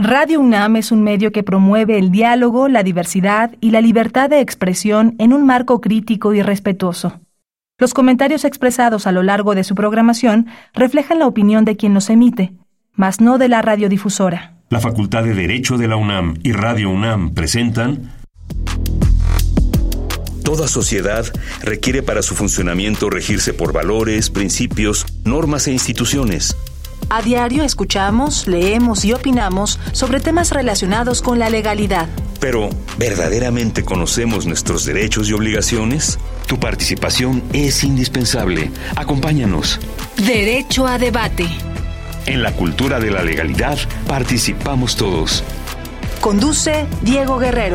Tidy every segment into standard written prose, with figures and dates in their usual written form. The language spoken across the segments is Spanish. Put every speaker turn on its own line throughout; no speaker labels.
Radio UNAM es un medio que promueve el diálogo, la diversidad y la libertad de expresión en un marco crítico y respetuoso. Los comentarios expresados a lo largo de su programación reflejan la opinión de quien los emite, mas no de la radiodifusora.
La Facultad de Derecho de la UNAM y Radio UNAM presentan...
Toda sociedad requiere para su funcionamiento regirse por valores, principios, normas e instituciones.
A diario escuchamos, leemos y opinamos sobre temas relacionados con la legalidad.
Pero, ¿verdaderamente conocemos nuestros derechos y obligaciones? Tu participación es indispensable. Acompáñanos.
Derecho a debate.
En la cultura de la legalidad participamos todos.
Conduce Diego Guerrero.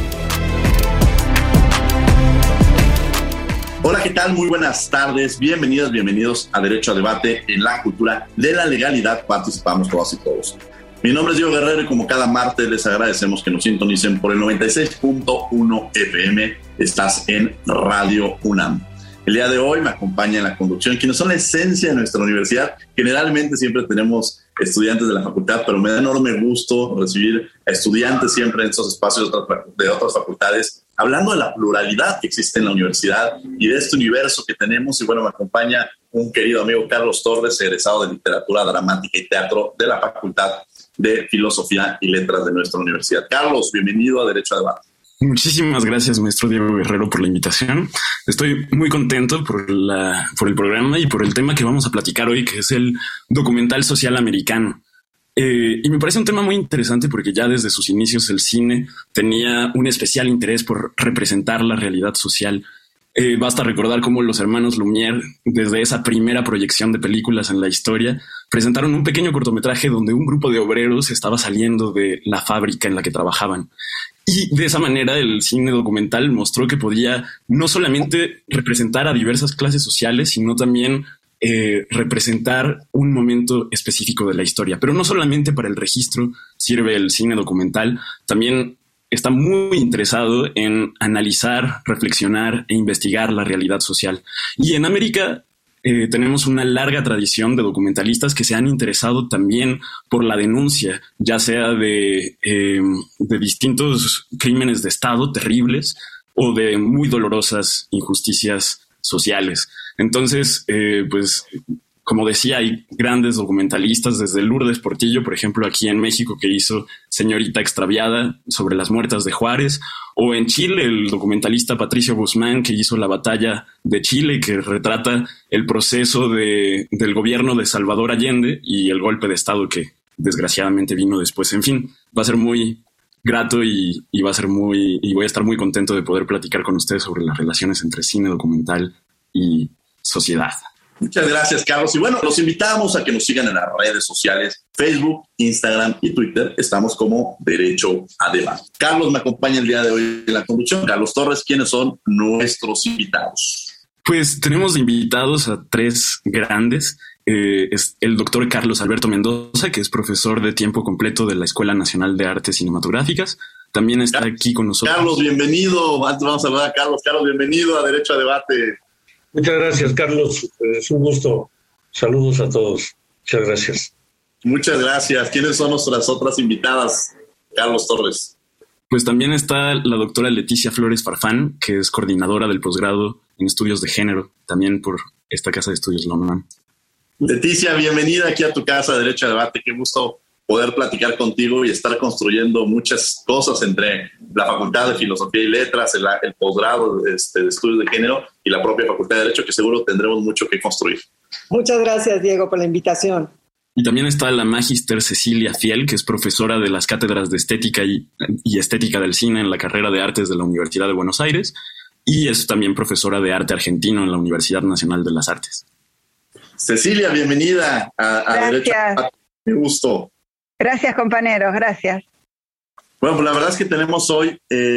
Hola, ¿qué tal? Muy buenas tardes. Bienvenidos a Derecho a Debate. En la cultura de la legalidad participamos todas y todos. Mi nombre es Diego Guerrero y como cada martes les agradecemos que nos sintonicen por el 96.1 FM. Estás en Radio UNAM. El día de hoy me acompaña en la conducción quienes son la esencia de nuestra universidad. Generalmente siempre tenemos estudiantes de la facultad, pero me da enorme gusto recibir a estudiantes siempre en estos espacios de otras facultades, hablando de la pluralidad que existe en la universidad y de este universo que tenemos. Y bueno, me acompaña un querido amigo, Carlos Torres, egresado de Literatura Dramática y Teatro de la Facultad de Filosofía y Letras de nuestra universidad. Carlos, bienvenido a Derecho a Debate.
Muchísimas gracias, maestro Diego Guerrero, por la invitación. Estoy muy contento por el programa y por el tema que vamos a platicar hoy, que es el documental social americano. Y me parece un tema muy interesante porque ya desde sus inicios el cine tenía un especial interés por representar la realidad social. Basta recordar cómo los hermanos Lumière, desde esa primera proyección de películas en la historia, presentaron un pequeño cortometraje donde un grupo de obreros estaba saliendo de la fábrica en la que trabajaban. Y de esa manera el cine documental mostró que podía no solamente representar a diversas clases sociales, sino también representar un momento específico de la historia. Pero no solamente para el registro sirve el cine documental, también está muy interesado en analizar, reflexionar e investigar la realidad social. Y en América tenemos una larga tradición de documentalistas que se han interesado también por la denuncia, ya sea de distintos crímenes de Estado terribles o de muy dolorosas injusticias sociales. Entonces, pues, como decía, hay grandes documentalistas, desde Lourdes Portillo, por ejemplo, aquí en México, que hizo Señorita Extraviada sobre las muertas de Juárez, o en Chile, el documentalista Patricio Guzmán, que hizo La Batalla de Chile, que retrata el proceso del gobierno de Salvador Allende y el golpe de Estado que desgraciadamente vino después. En fin, va a ser muy grato y voy a estar muy contento de poder platicar con ustedes sobre las relaciones entre cine documental y sociedad.
Muchas gracias, Carlos. Y bueno, los invitamos a que nos sigan en las redes sociales, Facebook, Instagram y Twitter. Estamos como Derecho a Debate. Carlos me acompaña el día de hoy en la conducción. Carlos Torres, ¿quiénes son nuestros invitados?
Pues tenemos invitados a tres grandes. Es el doctor Carlos Alberto Mendoza, que es profesor de tiempo completo de la Escuela Nacional de Artes Cinematográficas. También está aquí con nosotros.
Carlos, bienvenido. Antes vamos a hablar a Carlos. Carlos, bienvenido a Derecho a Debate.
Muchas gracias, Carlos. Es un gusto. Saludos a todos. Muchas gracias.
Muchas gracias. ¿Quiénes son nuestras otras invitadas, Carlos Torres?
Pues también está la doctora Leticia Flores Farfán, que es coordinadora del posgrado en estudios de género, también por esta Casa de Estudios la UNAM.
Leticia, bienvenida aquí a tu casa, Derecho a Debate. Qué gusto poder platicar contigo y estar construyendo muchas cosas entre la Facultad de Filosofía y Letras, el posgrado de Estudios de Género y la propia Facultad de Derecho, que seguro tendremos mucho que construir.
Muchas gracias, Diego, por la invitación.
Y también está la magíster Cecilia Fiel, que es profesora de las cátedras de Estética y Estética del Cine en la carrera de Artes de la Universidad de Buenos Aires, y es también profesora de Arte Argentino en la Universidad Nacional de las Artes.
Cecilia, bienvenida a Derecho a Debate. Qué gusto.
Gracias, compañeros, gracias.
Bueno, pues la verdad es que tenemos hoy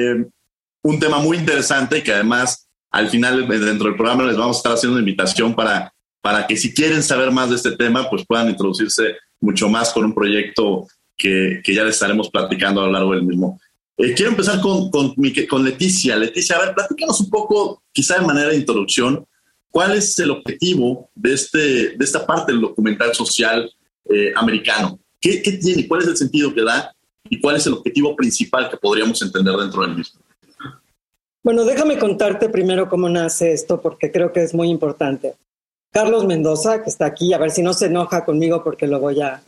un tema muy interesante que además al final dentro del programa les vamos a estar haciendo una invitación para que si quieren saber más de este tema, pues puedan introducirse mucho más con un proyecto que ya les estaremos platicando a lo largo del mismo. Quiero empezar con Leticia. Leticia, a ver, platícanos un poco, quizá de manera de introducción, ¿cuál es el objetivo de esta parte del documental social americano? ¿Qué tiene? ¿Cuál es el sentido que da? ¿Y cuál es el objetivo principal que podríamos entender dentro del mismo?
Bueno, déjame contarte primero cómo nace esto, porque creo que es muy importante. Carlos Mendoza, que está aquí, a ver si no se enoja conmigo porque lo voy a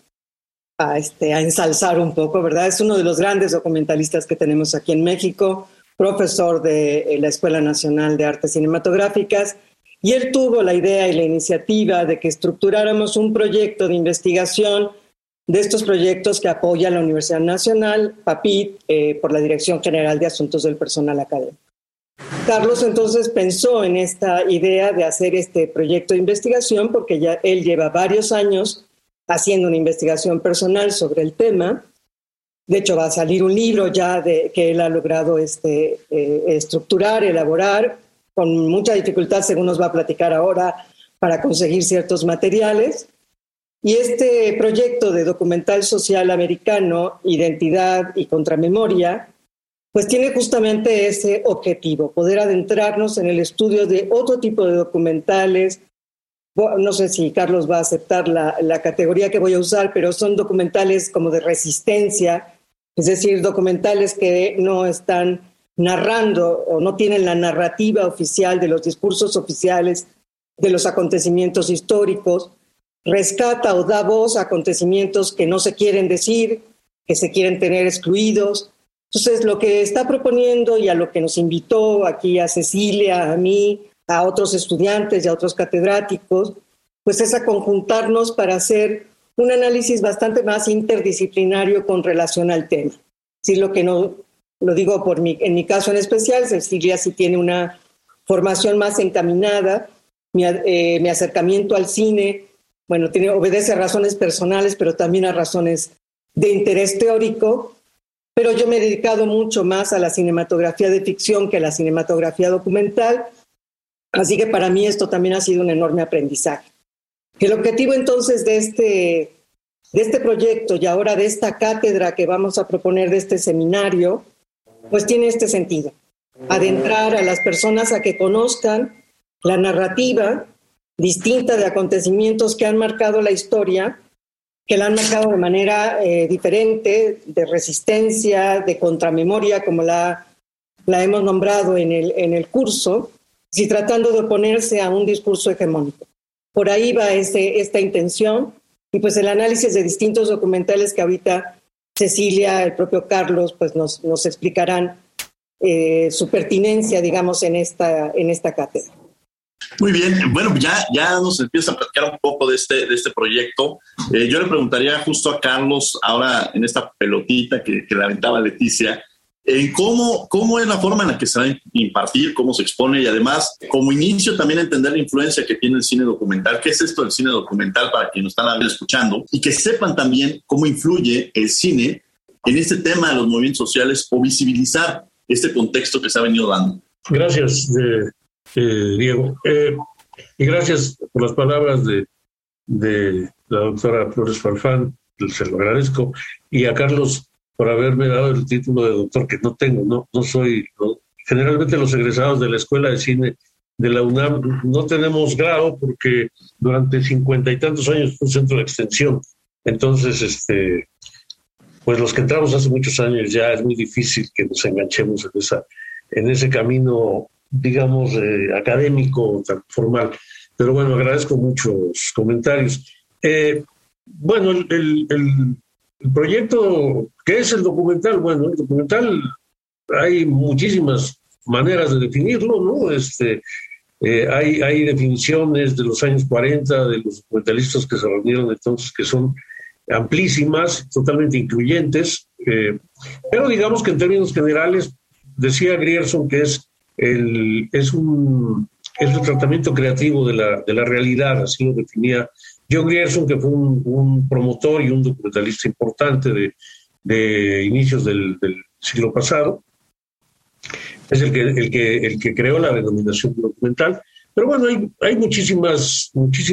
ensalzar un poco, ¿verdad? Es uno de los grandes documentalistas que tenemos aquí en México, profesor de la Escuela Nacional de Artes Cinematográficas, y él tuvo la idea y la iniciativa de que estructuráramos un proyecto de investigación de estos proyectos que apoya la Universidad Nacional, PAPIT, por la Dirección General de Asuntos del Personal Académico. Carlos entonces pensó en esta idea de hacer este proyecto de investigación porque ya él lleva varios años haciendo una investigación personal sobre el tema. De hecho, va a salir un libro ya que él ha logrado estructurar, elaborar, con mucha dificultad, según nos va a platicar ahora, para conseguir ciertos materiales. Y este proyecto de documental social americano, Identidad y Contramemoria, pues tiene justamente ese objetivo, poder adentrarnos en el estudio de otro tipo de documentales. No sé si Carlos va a aceptar la categoría que voy a usar, pero son documentales como de resistencia, es decir, documentales que no están narrando o no tienen la narrativa oficial de los discursos oficiales de los acontecimientos históricos, rescata o da voz a acontecimientos que no se quieren decir, que se quieren tener excluidos. Entonces, lo que está proponiendo y a lo que nos invitó aquí a Cecilia, a mí, a otros estudiantes y a otros catedráticos, pues es a conjuntarnos para hacer un análisis bastante más interdisciplinario con relación al tema. Sí, lo que no lo digo en mi caso en especial, Cecilia sí tiene una formación más encaminada, mi acercamiento al cine, bueno, obedece a razones personales, pero también a razones de interés teórico, pero yo me he dedicado mucho más a la cinematografía de ficción que a la cinematografía documental, así que para mí esto también ha sido un enorme aprendizaje. El objetivo entonces de este proyecto y ahora de esta cátedra que vamos a proponer, de este seminario, pues tiene este sentido: adentrar a las personas a que conozcan la narrativa distinta de acontecimientos que han marcado la historia, que la han marcado de manera diferente, de resistencia, de contramemoria, como la hemos nombrado en el curso, y tratando de oponerse a un discurso hegemónico. Por ahí va esta intención, y pues el análisis de distintos documentales que ahorita Cecilia, el propio Carlos, pues nos explicarán su pertinencia, digamos, en esta cátedra.
Muy bien, bueno, ya nos empieza a platicar un poco de este proyecto. Yo le preguntaría justo a Carlos, ahora en esta pelotita que le aventaba Leticia, ¿cómo es la forma en la que se va a impartir, cómo se expone, y además, como inicio, también entender la influencia que tiene el cine documental? ¿Qué es esto del cine documental para quienes nos están escuchando? Y que sepan también cómo influye el cine en este tema de los movimientos sociales o visibilizar este contexto que se ha venido dando.
Gracias, Diego. Y gracias por las palabras de la doctora Flores Farfán, se lo agradezco, y a Carlos por haberme dado el título de doctor, que no tengo, no soy. Generalmente los egresados de la Escuela de Cine de la UNAM no tenemos grado porque durante 50 y tantos años fue un centro de extensión. Entonces, pues los que entramos hace muchos años ya es muy difícil que nos enganchemos en ese camino, digamos, académico, tan formal. Pero bueno, agradezco muchos comentarios. Bueno, el proyecto, ¿qué es el documental? Bueno, el documental, hay muchísimas maneras de definirlo, ¿no? Hay definiciones de los años 40 de los documentalistas que se reunieron entonces, que son amplísimas, totalmente incluyentes, pero digamos que en términos generales, decía Grierson que es el tratamiento creativo de la realidad, así lo definía John Grierson, que fue un promotor y un documentalista importante de inicios del siglo pasado. Es el que creó la denominación documental. Pero bueno, hay muchísimas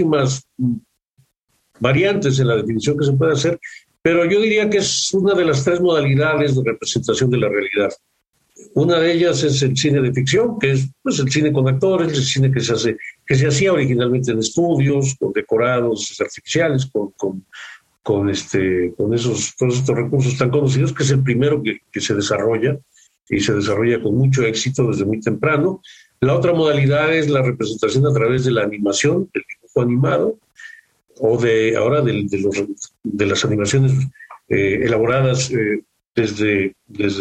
variantes en la definición que se puede hacer, pero yo diría que es una de las tres modalidades de representación de la realidad. Una de ellas es el cine de ficción, que es pues, el cine con actores, el cine que se hacía originalmente en estudios, con decorados artificiales, con todos estos recursos tan conocidos, que es el primero que se desarrolla, y se desarrolla con mucho éxito desde muy temprano. La otra modalidad es la representación a través de la animación, del dibujo animado, o de las animaciones elaboradas desde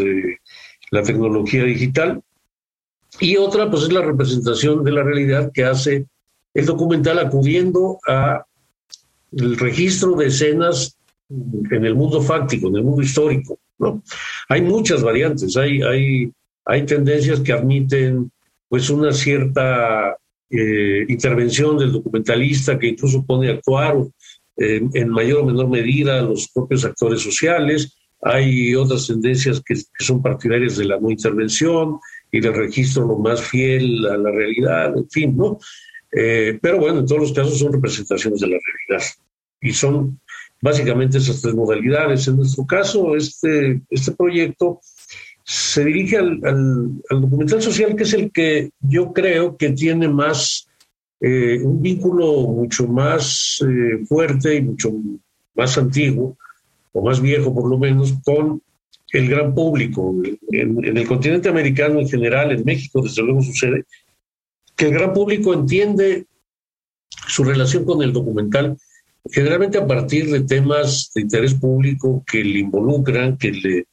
la tecnología digital. Y otra, pues, es la representación de la realidad que hace el documental acudiendo a el registro de escenas en el mundo fáctico, en el mundo histórico, ¿no? Hay muchas variantes, hay tendencias que admiten, pues, una cierta intervención del documentalista, que incluso pone a actuar en mayor o menor medida a los propios actores sociales. Hay otras tendencias que son partidarias de la no intervención y del registro lo más fiel a la realidad, en fin, ¿no? Pero bueno, en todos los casos son representaciones de la realidad. Y son básicamente esas tres modalidades. En nuestro caso, este proyecto se dirige al documental social, que es el que yo creo que tiene más un vínculo mucho más fuerte y mucho más antiguo, o más viejo por lo menos, con el gran público. En el continente americano en general, en México desde luego sucede, que el gran público entiende su relación con el documental generalmente a partir de temas de interés público que le involucran, que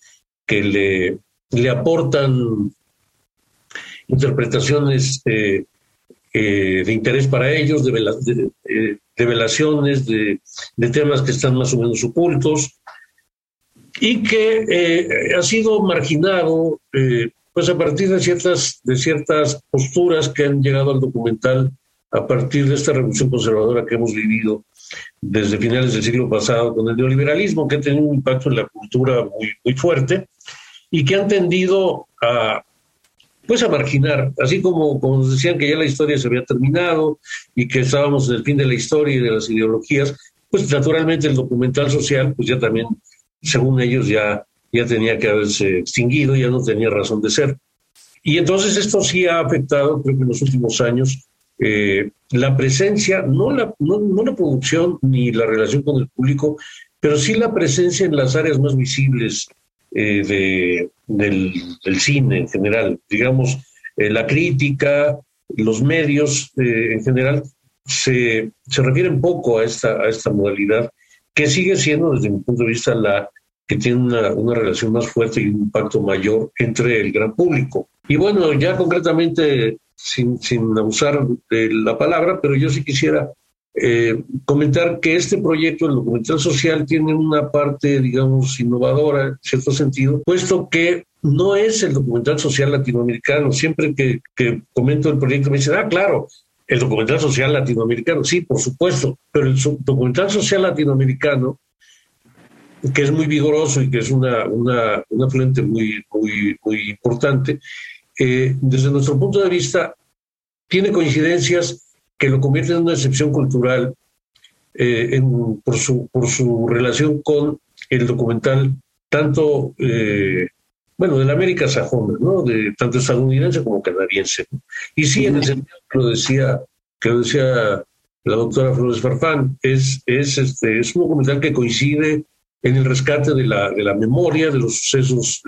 le aportan interpretaciones de interés para ellos, de revelaciones de temas que están más o menos ocultos, y que ha sido marginado pues a partir de ciertas posturas que han llegado al documental a partir de esta revolución conservadora que hemos vivido desde finales del siglo pasado con el neoliberalismo, que ha tenido un impacto en la cultura muy, muy fuerte y que han tendido a marginar, así como nos decían que ya la historia se había terminado y que estábamos en el fin de la historia y de las ideologías, pues naturalmente el documental social pues ya también, según ellos, ya tenía que haberse extinguido, ya no tenía razón de ser. Y entonces esto sí ha afectado, creo que en los últimos años, la presencia, no la producción ni la relación con el público, pero sí la presencia en las áreas más visibles del cine en general. Digamos, la crítica, los medios en general se refieren poco a esta modalidad, que sigue siendo, desde mi punto de vista, la que tiene una relación más fuerte y un impacto mayor entre el gran público. Y bueno, ya concretamente, sin abusar de la palabra, pero yo sí quisiera comentar que este proyecto, el documental social, tiene una parte, digamos, innovadora, en cierto sentido, puesto que no es el documental social latinoamericano. Siempre que comento el proyecto me dicen, claro, el documental social latinoamericano. Sí, por supuesto, pero el documental social latinoamericano, que es muy vigoroso y que es una fuente muy, muy, muy importante, desde nuestro punto de vista, tiene coincidencias que lo convierten en una excepción cultural por su relación con el documental, tanto, de la América sajona, ¿no? Tanto estadounidense como canadiense, ¿no? Y sí, en el sentido que lo decía la doctora Flores Farfán, es un documental que coincide en el rescate de la memoria de los sucesos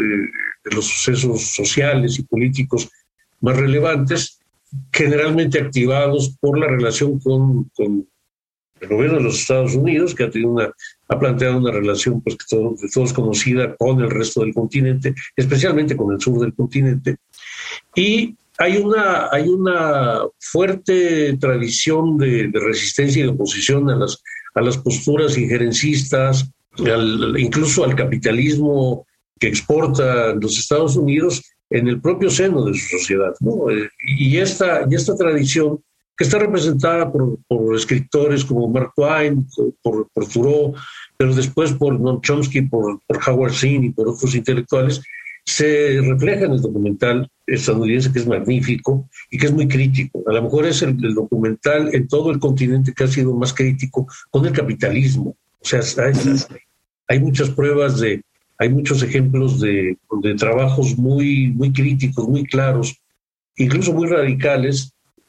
sociales y políticos más relevantes, generalmente activados por la relación con el gobierno de los Estados Unidos, que ha planteado una relación pues, que de todos conocida con el resto del continente, especialmente con el sur del continente. Y hay una fuerte tradición de resistencia y de oposición a las posturas injerencistas, incluso al capitalismo que exporta los Estados Unidos en el propio seno de su sociedad, ¿no? Y esta tradición, que está representada por escritores como Mark Twain, por Thoreau, pero después por Noam Chomsky, por Howard Zinn y por otros intelectuales, se refleja en el documental estadounidense, que es magnífico y que es muy crítico. A lo mejor es el documental en todo el continente que ha sido más crítico con el capitalismo. O sea, hay muchas pruebas hay muchos ejemplos de trabajos muy, muy críticos, muy claros, incluso muy radicales,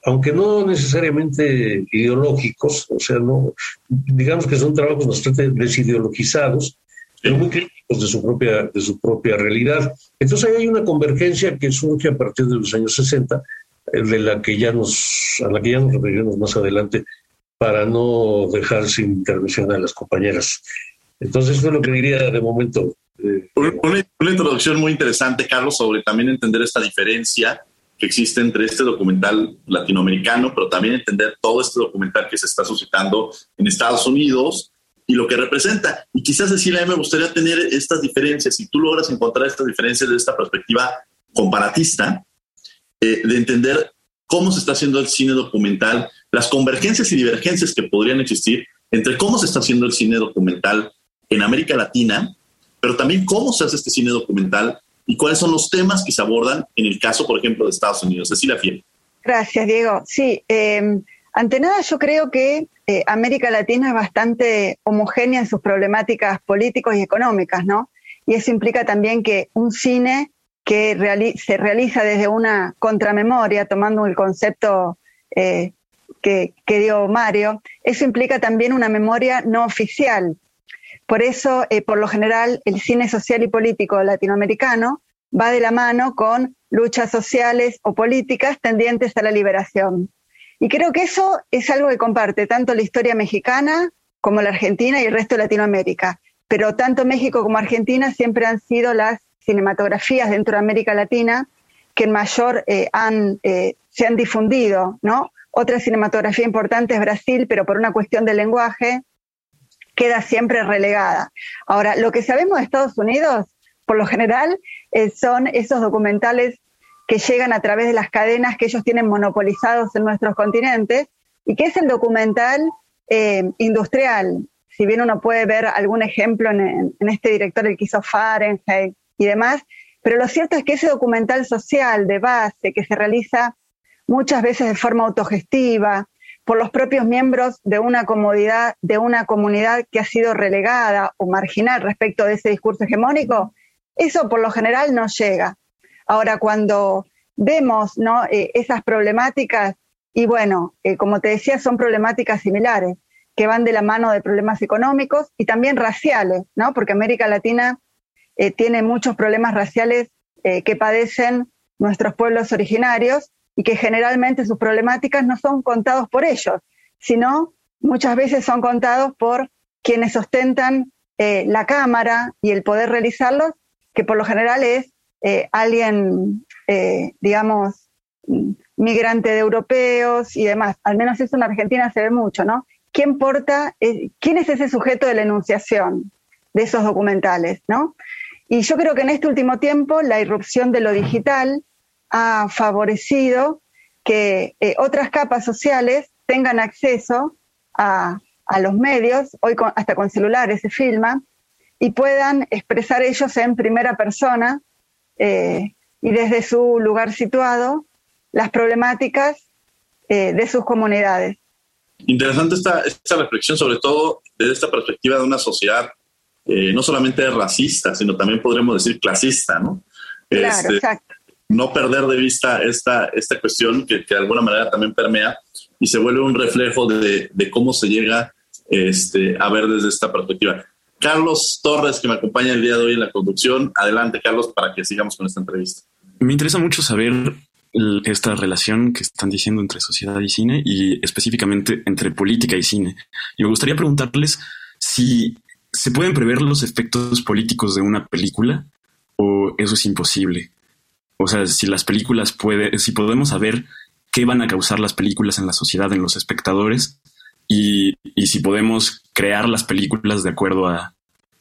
aunque no necesariamente ideológicos, o sea, no, digamos que son trabajos bastante desideologizados, pero muy críticos de su propia realidad. Entonces ahí hay una convergencia que surge a partir de los años 60, a la que ya nos referiremos más adelante, para no dejar sin intervención a las compañeras. Entonces eso es lo que diría de momento.
Una introducción muy interesante, Carlos, sobre también entender esta diferencia que existe entre este documental latinoamericano, pero también entender todo este documental que se está suscitando en Estados Unidos y lo que representa. Y quizás, Cecilia, a mí me gustaría tener estas diferencias, si tú logras encontrar estas diferencias desde esta perspectiva comparatista, de entender cómo se está haciendo el cine documental, las convergencias y divergencias que podrían existir entre cómo se está haciendo el cine documental en América Latina, pero también cómo se hace este cine documental y cuáles son los temas que se abordan en el caso, por ejemplo, de Estados Unidos. Cecilia Fiel.
Gracias, Diego. Sí, ante nada yo creo que América Latina es bastante homogénea en sus problemáticas políticas y económicas, ¿no? Y eso implica también que un cine que se realiza desde una contramemoria, tomando el concepto que dio Mario, eso implica también una memoria no oficial. Por eso, por lo general, el cine social y político latinoamericano va de la mano con luchas sociales o políticas tendientes a la liberación. Y creo que eso es algo que comparte tanto la historia mexicana como la argentina y el resto de Latinoamérica. Pero tanto México como Argentina siempre han sido las cinematografías dentro de América Latina que en mayor se han difundido, ¿no? Otra cinematografía importante es Brasil, pero por una cuestión de lenguaje queda siempre relegada. Ahora, lo que sabemos de Estados Unidos, por lo general, son esos documentales que llegan a través de las cadenas que ellos tienen monopolizados en nuestros continentes, y que es el documental industrial. Si bien uno puede ver algún ejemplo en este director, el que hizo Fahrenheit y demás, pero lo cierto es que ese documental social de base, que se realiza muchas veces de forma autogestiva, por los propios miembros de una comunidad que ha sido relegada o marginal respecto de ese discurso hegemónico, eso por lo general no llega. Ahora, cuando vemos, ¿no?, esas problemáticas, y bueno, como te decía, son problemáticas similares, que van de la mano de problemas económicos y también raciales, ¿no? Porque América Latina tiene muchos problemas raciales que padecen nuestros pueblos originarios, y que generalmente sus problemáticas no son contados por ellos, sino muchas veces son contados por quienes ostentan la cámara y el poder realizarlos, que por lo general es alguien, digamos, migrante de europeos y demás. Al menos eso en Argentina se ve mucho, ¿no? ¿Quién es ese sujeto de la enunciación de esos documentales, ¿no? Y yo creo que en este último tiempo la irrupción de lo digital ha favorecido que otras capas sociales tengan acceso a los medios, hoy hasta con celulares se filma, y puedan expresar ellos en primera persona y desde su lugar situado las problemáticas de sus comunidades.
Interesante esta reflexión, sobre todo desde esta perspectiva de una sociedad no solamente racista, sino también podremos decir clasista, ¿no?
Claro, exacto.
No perder de vista esta cuestión que de alguna manera también permea y se vuelve un reflejo de cómo se llega a ver desde esta perspectiva. Carlos Torres, que me acompaña el día de hoy en la conducción. Adelante, Carlos, para que sigamos con esta entrevista.
Me interesa mucho saber esta relación que están diciendo entre sociedad y cine, y específicamente entre política y cine. Y me gustaría preguntarles si se pueden prever los efectos políticos de una película o eso es imposible. O sea, si las películas si podemos saber qué van a causar las películas en la sociedad, en los espectadores, y si podemos crear las películas de acuerdo a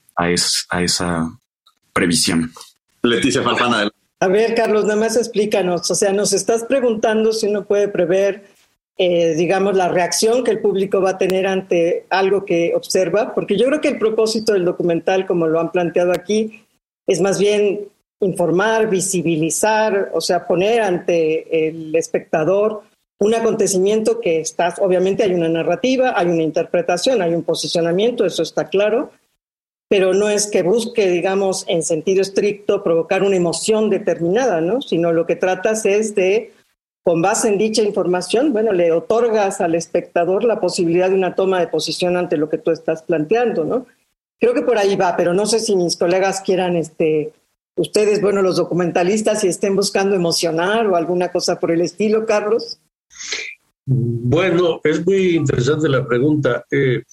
esa previsión.
Leticia Farfán.
A ver, Carlos, nada más explícanos. O sea, nos estás preguntando si uno puede prever, digamos, la reacción que el público va a tener ante algo que observa, porque yo creo que el propósito del documental, como lo han planteado aquí, es más bien informar, visibilizar, o sea, poner ante el espectador un acontecimiento que obviamente hay una narrativa, hay una interpretación, hay un posicionamiento, eso está claro, pero no es que busque, digamos, en sentido estricto provocar una emoción determinada, ¿no? Sino lo que tratas es de con base en dicha información, bueno, le otorgas al espectador la posibilidad de una toma de posición ante lo que tú estás planteando, ¿no? Creo que por ahí va, pero no sé si mis colegas quieran, ustedes, bueno, los documentalistas, si estén buscando emocionar o alguna cosa por el estilo, Carlos.
Bueno, es muy interesante la pregunta.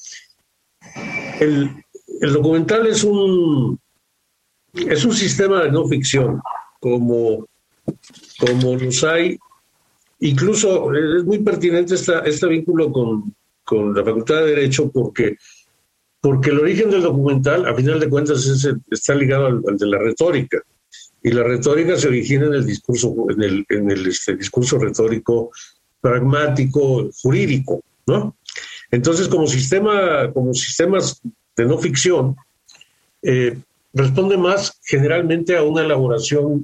El documental es un sistema de no ficción, como los hay. Incluso es muy pertinente este vínculo con la Facultad de Derecho porque el origen del documental, a final de cuentas, está ligado al de la retórica. Y la retórica se origina en el discurso, en el discurso retórico pragmático, jurídico, ¿no? Entonces, como sistemas de no ficción, responde más generalmente a una elaboración,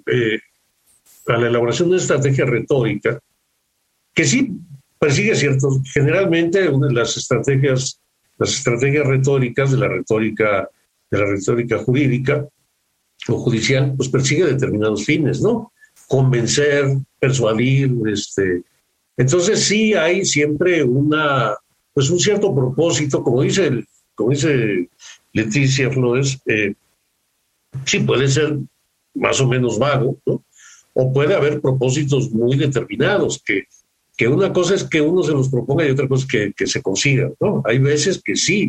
a la elaboración de una estrategia retórica, que sí persigue ciertos, generalmente las estrategias retóricas de la retórica jurídica o judicial, pues persigue determinados fines, ¿no? Convencer, persuadir, entonces sí hay siempre un cierto propósito, como dice Leticia Flores, sí puede ser más o menos vago, ¿no? O puede haber propósitos muy determinados, que una cosa es que uno se los proponga y otra cosa es que se consigan, ¿no? Hay veces que sí,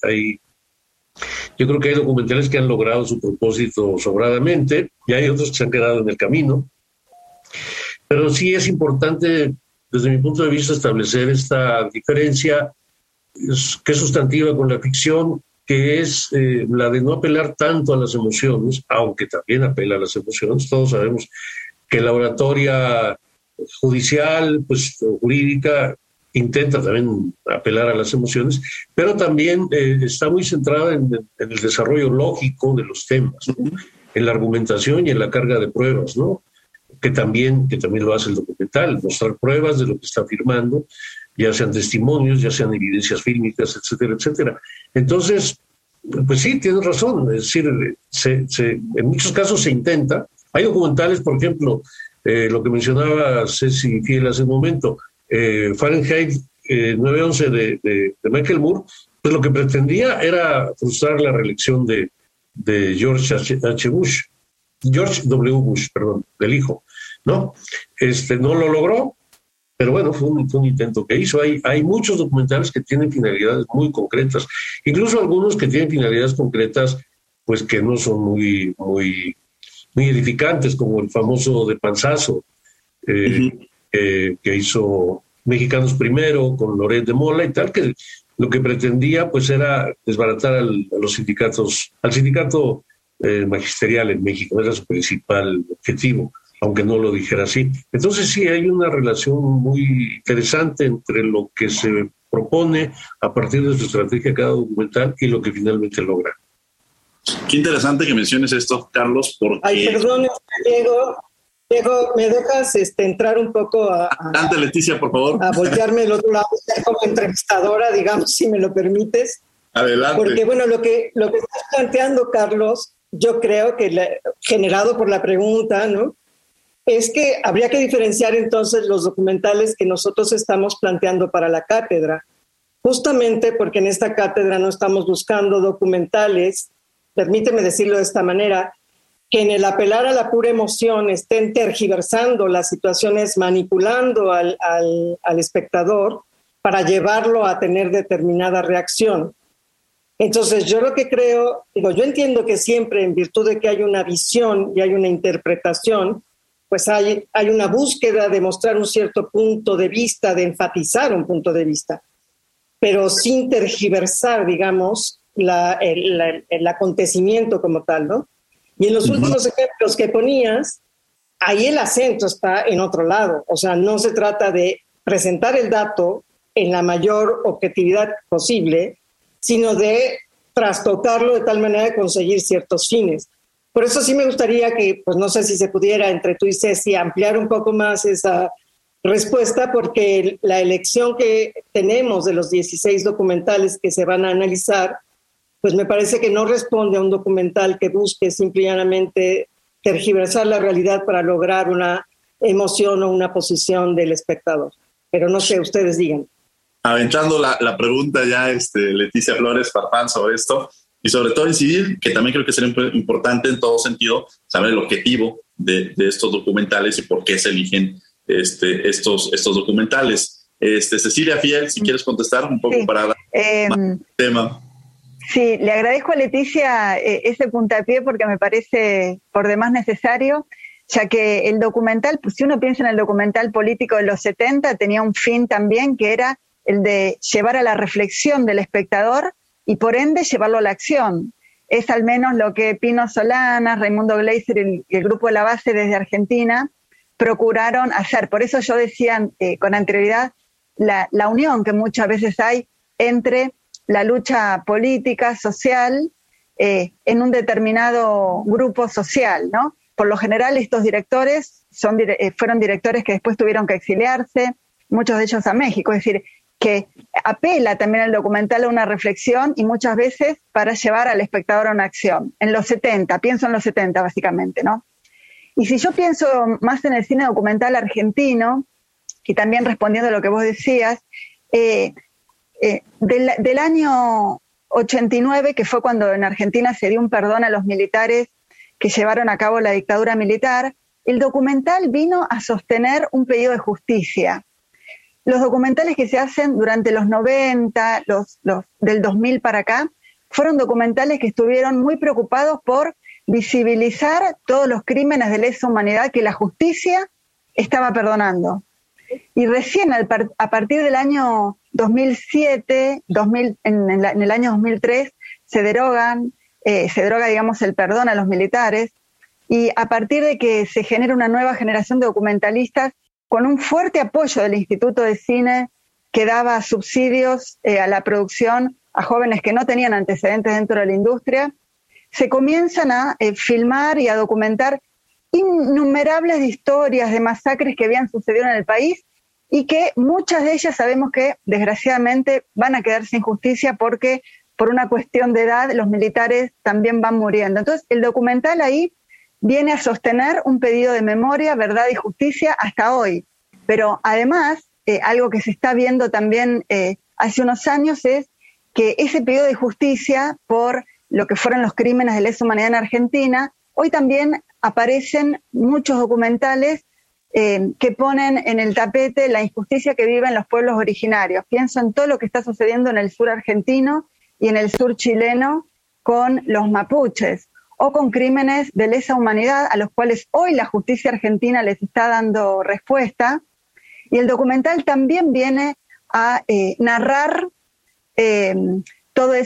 yo creo que hay documentales que han logrado su propósito sobradamente y hay otros que se han quedado en el camino, pero sí es importante, desde mi punto de vista, establecer esta diferencia que es sustantiva con la ficción, que es la de no apelar tanto a las emociones, aunque también apela a las emociones. Todos sabemos que la oratoria judicial, pues jurídica, intenta también apelar a las emociones, pero también está muy centrada en el desarrollo lógico de los temas, ¿no? En la argumentación y en la carga de pruebas, ¿no? Que también lo hace el documental, mostrar pruebas de lo que está afirmando, ya sean testimonios, ya sean evidencias fílmicas, etcétera, etcétera. Entonces, pues sí, tienes razón, es decir, en muchos casos se intenta. Hay documentales, por ejemplo, lo que mencionaba Ceci Fiel hace un momento, Fahrenheit 9/11 de Michael Moore, pues lo que pretendía era frustrar la reelección de George W. Bush, del hijo, ¿no? No lo logró, pero bueno, fue un intento que hizo. Hay muchos documentales que tienen finalidades muy concretas, incluso algunos que tienen finalidades concretas, pues que no son muy edificantes, como el famoso de Panzazo, que hizo Mexicanos Primero con Loret de Mola y tal, que lo que pretendía pues era desbaratar a los sindicatos, al sindicato magisterial en México, era su principal objetivo, aunque no lo dijera así. Entonces sí, hay una relación muy interesante entre lo que se propone a partir de su estrategia cada documental y lo que finalmente logra.
Qué interesante que menciones esto, Carlos, porque...
Ay, perdón, Diego, ¿me dejas entrar un poco
Adelante, Leticia, por favor.
A voltearme del otro lado, como entrevistadora, digamos, si me lo permites?
Adelante.
Porque, bueno, lo que estás planteando, Carlos, yo creo que generado por la pregunta, ¿no?, es que habría que diferenciar entonces los documentales que nosotros estamos planteando para la cátedra, justamente porque en esta cátedra no estamos buscando documentales, permíteme decirlo de esta manera, que en el apelar a la pura emoción estén tergiversando las situaciones, manipulando al espectador para llevarlo a tener determinada reacción. Entonces, yo lo que creo, yo entiendo que siempre, en virtud de que hay una visión y hay una interpretación, pues hay una búsqueda de mostrar un cierto punto de vista, de enfatizar un punto de vista, pero sin tergiversar, digamos, el acontecimiento como tal, ¿no? Y en los últimos ejemplos que ponías, ahí el acento está en otro lado. O sea, no se trata de presentar el dato en la mayor objetividad posible, sino de trastocarlo de tal manera de conseguir ciertos fines. Por eso sí me gustaría que, pues no sé si se pudiera entre tú y Ceci ampliar un poco más esa respuesta, porque la elección que tenemos de los 16 documentales que se van a analizar, pues me parece que no responde a un documental que busque simplemente tergiversar la realidad para lograr una emoción o una posición del espectador. Pero no sé, ustedes digan.
Aventando la pregunta ya, Leticia Flores Farfán, sobre esto, y sobre todo incidir, que también creo que sería importante en todo sentido, saber el objetivo de estos documentales y por qué se eligen estos documentales. Cecilia Fiel, si quieres contestar un poco para dar el tema.
Sí, le agradezco a Leticia ese puntapié porque me parece por demás necesario, ya que el documental, pues si uno piensa en el documental político de los 70, tenía un fin también que era el de llevar a la reflexión del espectador y por ende llevarlo a la acción. Es al menos lo que Pino Solanas, Raimundo Gleiser y el grupo de la base desde Argentina procuraron hacer. Por eso yo decía con anterioridad la unión que muchas veces hay entre la lucha política, social, en un determinado grupo social, ¿no? Por lo general estos directores fueron directores que después tuvieron que exiliarse, muchos de ellos a México, es decir, que apela también el documental a una reflexión y muchas veces para llevar al espectador a una acción. En los 70, pienso en los 70 básicamente, ¿no? Y si yo pienso más en el cine documental argentino, y también respondiendo a lo que vos decías, del año 89, que fue cuando en Argentina se dio un perdón a los militares que llevaron a cabo la dictadura militar, el documental vino a sostener un pedido de justicia. Los documentales que se hacen durante los 90, los del 2000 para acá, fueron documentales que estuvieron muy preocupados por visibilizar todos los crímenes de lesa humanidad que la justicia estaba perdonando. Y recién a partir del año 2007, en el año 2003, se deroga, digamos, el perdón a los militares, y a partir de que se genera una nueva generación de documentalistas con un fuerte apoyo del Instituto de Cine que daba subsidios a la producción a jóvenes que no tenían antecedentes dentro de la industria, se comienzan a filmar y a documentar innumerables historias de masacres que habían sucedido en el país y que muchas de ellas sabemos que desgraciadamente van a quedar sin justicia porque por una cuestión de edad los militares también van muriendo. Entonces el documental ahí viene a sostener un pedido de memoria, verdad y justicia hasta hoy. Pero además, algo que se está viendo también hace unos años es que ese pedido de justicia por lo que fueron los crímenes de lesa humanidad en Argentina, hoy también aparecen muchos documentales que ponen en el tapete la injusticia que viven los pueblos originarios. Pienso en todo lo que está sucediendo en el sur argentino y en el sur chileno con los mapuches, o con crímenes de lesa humanidad a los cuales hoy la justicia argentina les está dando respuesta. Y el documental también viene a narrar toda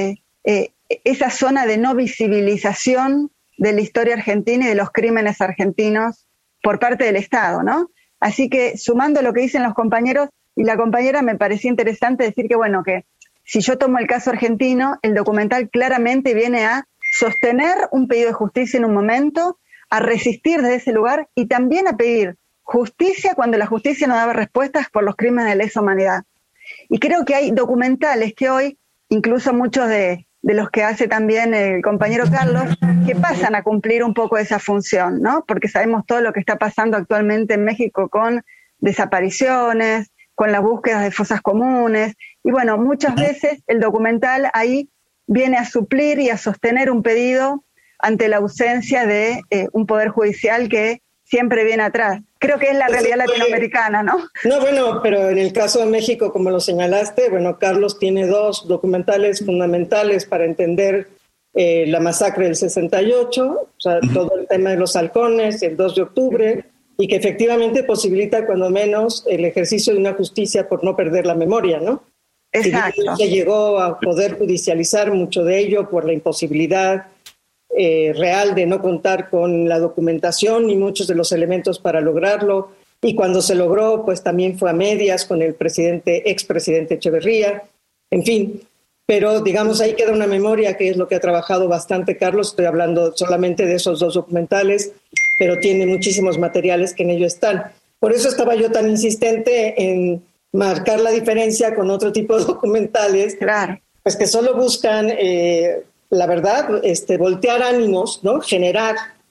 esa zona de no visibilización de la historia argentina y de los crímenes argentinos por parte del Estado, ¿no? Así que, sumando lo que dicen los compañeros y la compañera, me parecía interesante decir que, bueno, que si yo tomo el caso argentino, el documental claramente viene a sostener un pedido de justicia en un momento, a resistir desde ese lugar y también a pedir justicia cuando la justicia no daba respuestas por los crímenes de lesa humanidad. Y creo que hay documentales que hoy, incluso muchos de los que hace también el compañero Carlos, que pasan a cumplir un poco esa función, ¿no? Porque sabemos todo lo que está pasando actualmente en México con desapariciones, con las búsquedas de fosas comunes, y bueno, muchas veces el documental ahí viene a suplir y a sostener un pedido ante la ausencia de un poder judicial que siempre viene atrás. Creo que es la realidad latinoamericana, ¿no?
No, bueno, pero en el caso de México, como lo señalaste, bueno, Carlos tiene dos documentales fundamentales para entender la masacre del 68, o sea, todo el tema de los halcones, el 2 de octubre, y que efectivamente posibilita cuando menos el ejercicio de una justicia por no perder la memoria, ¿no?
Exacto.
Se llegó a poder judicializar mucho de ello por la imposibilidad real de no contar con la documentación y muchos de los elementos para lograrlo. Y cuando se logró, pues también fue a medias con el expresidente Echeverría. En fin, pero digamos ahí queda una memoria que es lo que ha trabajado bastante Carlos. Estoy hablando solamente de esos dos documentales, pero tiene muchísimos materiales que en ello están. Por eso estaba yo tan insistente en marcar la diferencia con otro tipo de documentales,
claro,
pues que solo buscan, la verdad, voltear ánimos, ¿no? Generar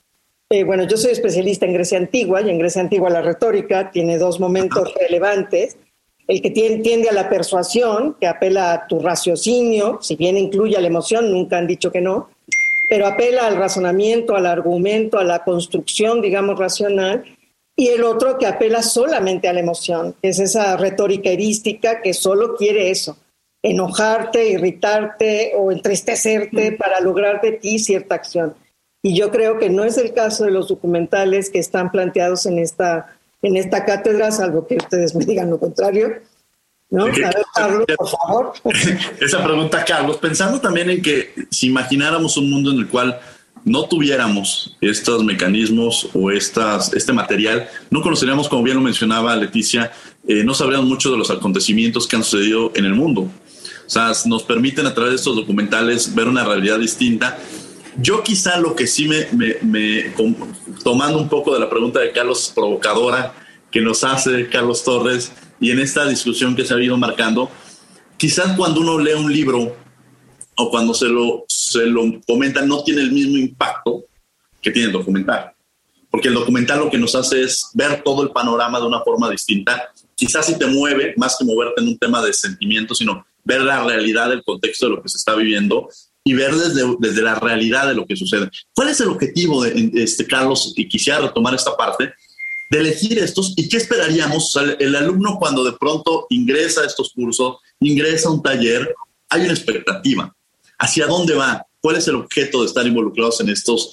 Bueno, yo soy especialista en Grecia Antigua, y en Grecia Antigua la retórica tiene dos momentos relevantes. El que tiende a la persuasión, que apela a tu raciocinio, si bien incluye a la emoción, nunca han dicho que no, pero apela al razonamiento, al argumento, a la construcción, digamos, racional, y el otro que apela solamente a la emoción, que es esa retórica erística que solo quiere eso, enojarte, irritarte o entristecerte para lograr de ti cierta acción. Y yo creo que no es el caso de los documentales que están planteados en esta cátedra, salvo que ustedes me digan lo contrario. ¿No? A ver, Carlos, por favor.
Esa pregunta, Carlos, pensando también en que si imagináramos un mundo en el cual no tuviéramos estos mecanismos o este material, no conoceríamos, como bien lo mencionaba Leticia, no sabríamos mucho de los acontecimientos que han sucedido en el mundo. O sea, nos permiten a través de estos documentales ver una realidad distinta. Yo quizá lo que sí tomando un poco de la pregunta de Carlos provocadora que nos hace Carlos Torres y en esta discusión que se ha ido marcando, quizás cuando uno lee un libro o cuando se lo comenta no tiene el mismo impacto que tiene el documental. Porque el documental lo que nos hace es ver todo el panorama de una forma distinta. Quizás sí te mueve, más que moverte en un tema de sentimiento, sino ver la realidad, el contexto de lo que se está viviendo y ver desde la realidad de lo que sucede. ¿Cuál es el objetivo de Carlos? Y quisiera retomar esta parte de elegir estos y qué esperaríamos. O sea, el alumno cuando de pronto ingresa a estos cursos, ingresa a un taller, hay una expectativa. ¿Hacia dónde va? ¿Cuál es el objeto de estar involucrados en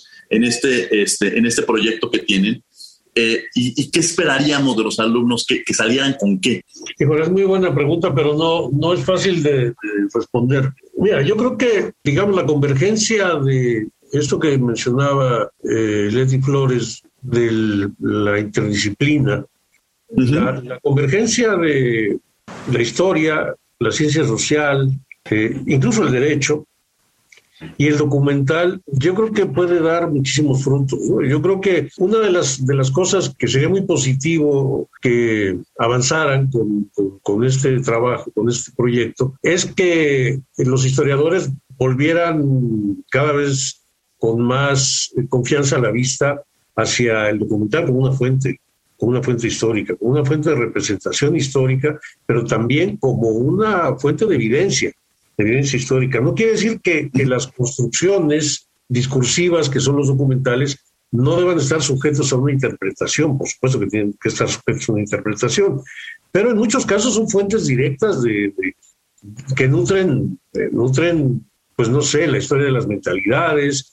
este proyecto que tienen? ¿Y qué esperaríamos de los alumnos que salieran con qué?
Híjole, es muy buena pregunta, pero no es fácil de responder. Mira, yo creo que, digamos, la convergencia de esto que mencionaba Leti Flores, de la interdisciplina, la convergencia de la historia, la ciencia social, incluso el derecho, y el documental, yo creo que puede dar muchísimos frutos, ¿no? Yo creo que una de las cosas que sería muy positivo que avanzaran con este trabajo, con este proyecto, es que los historiadores volvieran cada vez con más confianza a la vista hacia el documental como una fuente histórica, como una fuente de representación histórica, pero también como una fuente de evidencia histórica. No quiere decir que las construcciones discursivas que son los documentales no deban estar sujetos a una interpretación. Por supuesto que tienen que estar sujetos a una interpretación, pero en muchos casos son fuentes directas que nutren, pues no sé, la historia de las mentalidades,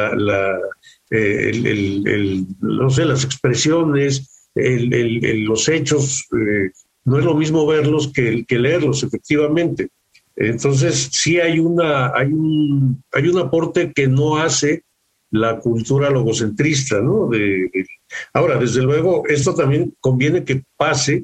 no sé, las expresiones, los hechos. No es lo mismo verlos que leerlos, efectivamente. Entonces, sí hay un aporte que no hace la cultura logocentrista, ¿no? Ahora, desde luego, esto también conviene que pase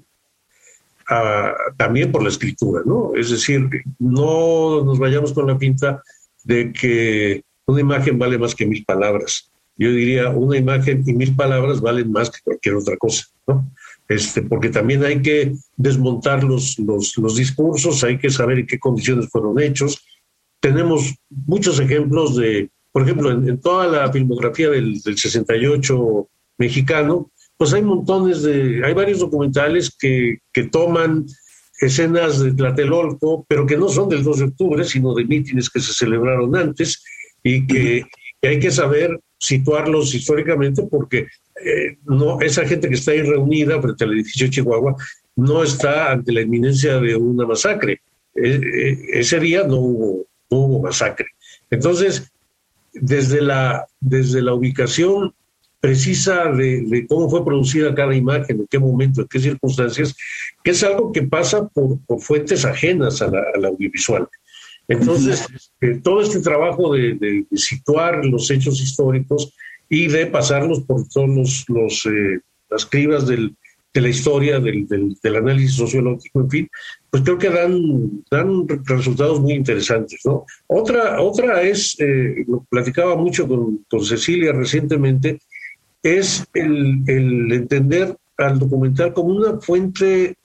también por la escritura, ¿no? Es decir, no nos vayamos con la pinta de que una imagen vale más que 1000 palabras. Yo diría, una imagen y 1000 palabras valen más que cualquier otra cosa, ¿no? Porque también hay que desmontar los discursos, hay que saber en qué condiciones fueron hechos. Tenemos muchos ejemplos por ejemplo, en toda la filmografía del 68 mexicano, pues hay varios documentales que toman escenas de Tlatelolco, pero que no son del 2 de octubre, sino de mítines que se celebraron antes y que hay que saber situarlos históricamente porque esa gente que está ahí reunida frente al edificio Chihuahua no está ante la inminencia de una masacre. Ese día no hubo masacre. Entonces, desde la ubicación precisa de cómo fue producida cada imagen, en qué momento, en qué circunstancias, que es algo que pasa por fuentes ajenas a la audiovisual. Entonces, todo este trabajo de situar los hechos históricos y de pasarlos por todos las cribas de la historia, del análisis sociológico, en fin, pues creo que dan resultados muy interesantes, ¿no? Otra es, lo platicaba mucho con Cecilia recientemente, es el entender al documental como una fuente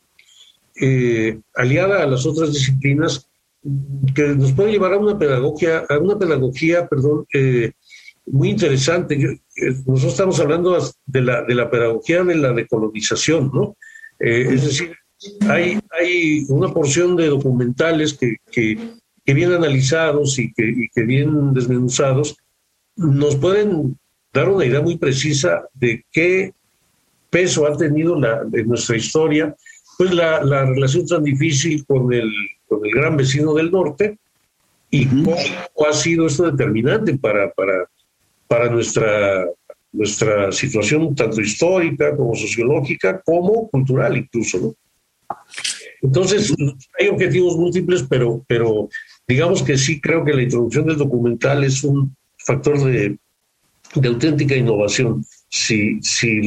aliada a las otras disciplinas que nos puede llevar a una pedagogía muy interesante. Nosotros estamos hablando de la pedagogía de la decolonización, ¿no? Es decir, hay una porción de documentales que bien analizados y que bien desmenuzados nos pueden dar una idea muy precisa de qué peso ha tenido en nuestra historia pues la relación tan difícil con el gran vecino del norte y cómo ha sido esto determinante para nuestra situación tanto histórica como sociológica como cultural incluso, ¿no? Entonces hay objetivos múltiples, pero digamos que sí creo que la introducción del documental es un factor de auténtica innovación si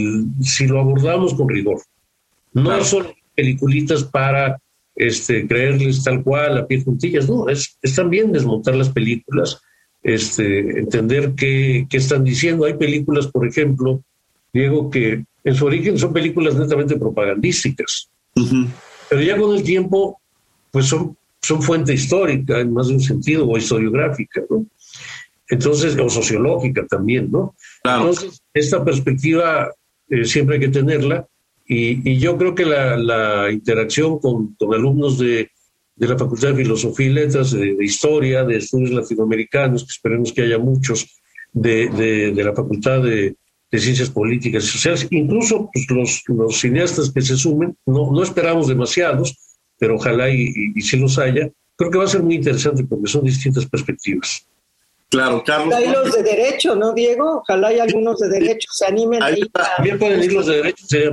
lo abordamos con rigor. No son peliculitas para creerles tal cual a pie juntillas, no, es también desmontar las películas, entender qué están diciendo. Hay películas, por ejemplo, Diego, que en su origen son películas netamente propagandísticas, pero ya con el tiempo pues son fuente histórica en más de un sentido, o historiográfica, ¿no? Entonces, o sociológica también, ¿no? Claro. Entonces, esta perspectiva siempre hay que tenerla, y yo creo que la interacción con alumnos de la Facultad de Filosofía y Letras, de Historia, de Estudios Latinoamericanos, que esperemos que haya muchos, de la Facultad de Ciencias Políticas y Sociales, incluso pues, los cineastas que se sumen, no esperamos demasiados, pero ojalá y si los haya, creo que va a ser muy interesante porque son distintas perspectivas.
Claro, Carlos.
Hay los de derecho, ¿no, Diego? Ojalá hay algunos de derecho, se animen.
También pueden ir los de derecho, sería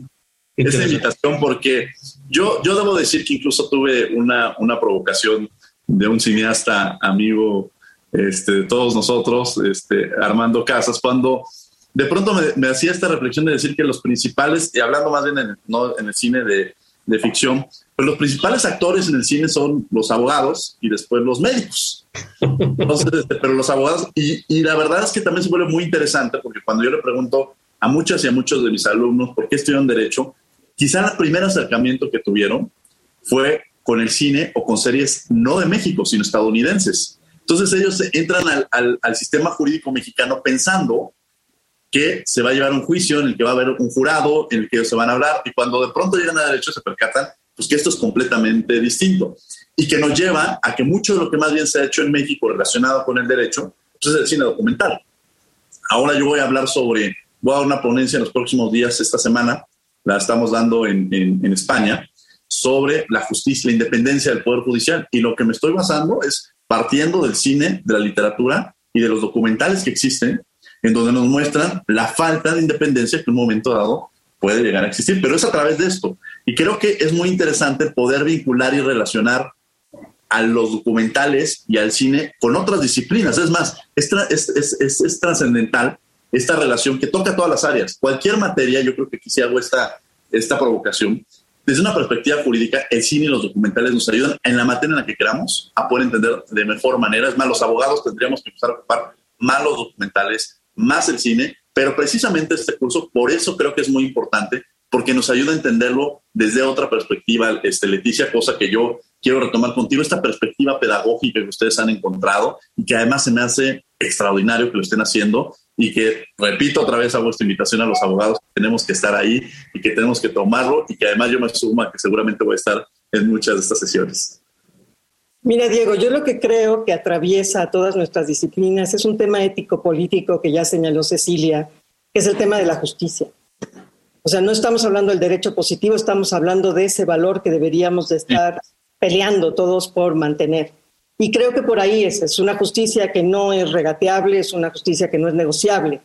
esa invitación, porque yo debo decir que incluso tuve una provocación de un cineasta amigo de todos nosotros, Armando Casas, cuando de pronto me hacía esta reflexión de decir que los principales, y hablando más bien en el cine de ficción, pues los principales actores en el cine son los abogados y después los médicos. Entonces, pero los abogados, y la verdad es que también se vuelve muy interesante, porque cuando yo le pregunto a muchas y a muchos de mis alumnos por qué estudian Derecho, quizá el primer acercamiento que tuvieron fue con el cine o con series no de México, sino estadounidenses. Entonces ellos entran al sistema jurídico mexicano pensando que se va a llevar un juicio en el que va a haber un jurado, en el que ellos se van a hablar, y cuando de pronto llegan a Derecho se percatan pues que esto es completamente distinto, y que nos lleva a que mucho de lo que más bien se ha hecho en México relacionado con el derecho pues es el cine documental. Ahora yo voy a hablar voy a dar una ponencia en los próximos días, esta semana, la estamos dando en España, sobre la justicia, la independencia del Poder Judicial, y lo que me estoy basando es partiendo del cine, de la literatura y de los documentales que existen, en donde nos muestran la falta de independencia que en un momento dado puede llegar a existir, pero es a través de esto. Y creo que es muy interesante poder vincular y relacionar a los documentales y al cine con otras disciplinas. Es más, es trascendental esta relación que toca todas las áreas. Cualquier materia, yo creo que aquí sí hago esta provocación. Desde una perspectiva jurídica, el cine y los documentales nos ayudan en la materia en la que queramos a poder entender de mejor manera. Es más, los abogados tendríamos que empezar a ocupar más los documentales, más el cine, pero precisamente este curso, por eso creo que es muy importante, porque nos ayuda a entenderlo desde otra perspectiva, Leticia, cosa que yo quiero retomar contigo, esta perspectiva pedagógica que ustedes han encontrado y que además se me hace extraordinario que lo estén haciendo, y que, repito otra vez, hago esta invitación a los abogados, que tenemos que estar ahí y que tenemos que tomarlo, y que además yo me sumo a que seguramente voy a estar en muchas de estas sesiones.
Mira, Diego, yo lo que creo que atraviesa a todas nuestras disciplinas es un tema ético-político que ya señaló Cecilia, que es el tema de la justicia. O sea, no estamos hablando del derecho positivo, estamos hablando de ese valor que deberíamos de estar peleando todos por mantener. Y creo que por ahí es una justicia que no es regateable, es una justicia que no es negociable.